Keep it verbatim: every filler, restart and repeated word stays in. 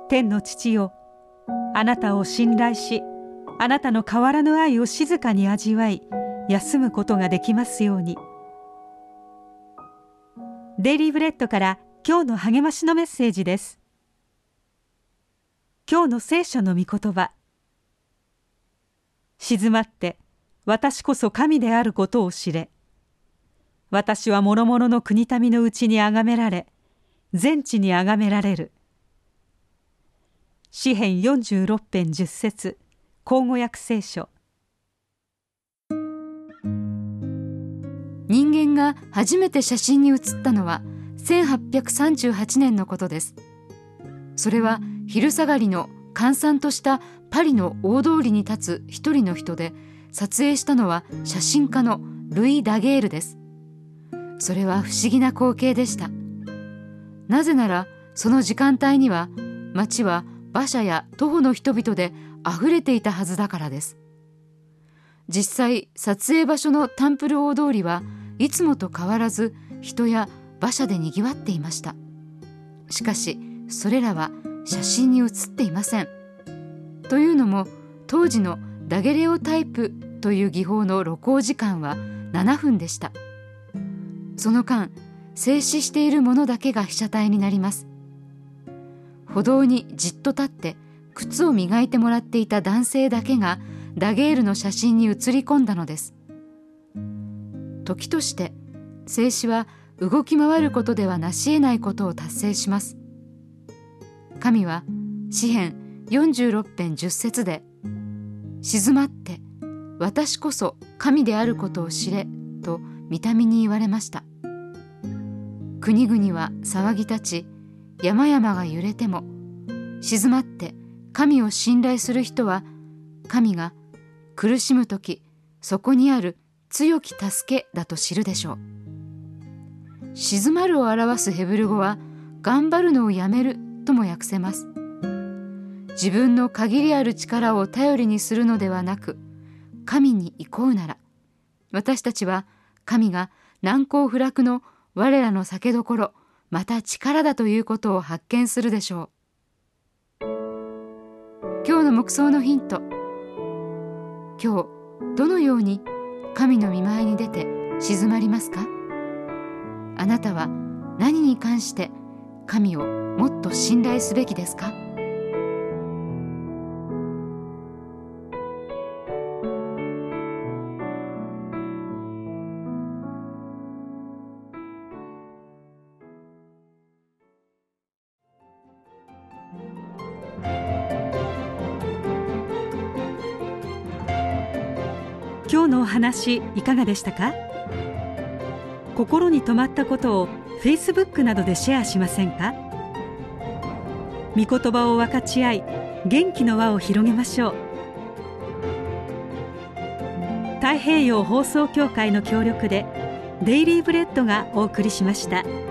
天の父よ、あなたを信頼し、あなたの変わらぬ愛を静かに味わい、休むことができますように。デイリーブレッドから今日の励ましのメッセージです。今日の聖書の御言葉。静まって、私こそ神であることを知れ。私は諸々の国民のうちにあがめられ、全地にあがめられる。詩編よんじゅうろく編じゅっ節、口語訳聖書。 人間が初めて写真に写ったのはせんはっぴゃくさんじゅうはちねんのことです。それは昼下がりの閑散としたパリの大通りに立つ一人の人で、撮影したのは写真家のルイ・ダゲールです。それは不思議な光景でした。なぜならその時間帯には街は馬車や徒歩の人々であふれていたはずだからです。実際撮影場所のタンプル大通りはいつもと変わらず人や馬車でにぎわっていました。しかしそれらは写真に写っていません。というのも当時のダゲレオタイプという技法の露光時間はななふんでした。その間静止しているものだけが被写体になります。歩道にじっと立って靴を磨いてもらっていた男性だけがダゲールの写真に写り込んだのです。時として静止は動き回ることでは成し得ないことを達成します。神は詩編よんじゅうろく編じゅっ節で、静まって私こそ神であることを知れと御霊に言われました。国々は騒ぎ立ち、山々が揺れても、静まって神を信頼する人は、神が苦しむときそこにある強き助けだと知るでしょう。静まるを表すヘブル語は頑張るのをやめるとも訳せます。自分の限りある力を頼りにするのではなく、神に行こうなら、私たちは神が難攻不落の我らの酒どころ、また力だということを発見するでしょう。今日の黙想のヒント。今日どのように神の御前に出て静まりますか？あなたは何に関して神をもっと信頼すべきですか？ 今日のお話いかがでしたか？心に留まったことを Facebook などでシェアしませんか？御言葉を分かち合い、元気の輪を広げましょう。太平洋放送協会の協力でデイリーブレッドがお送りしました。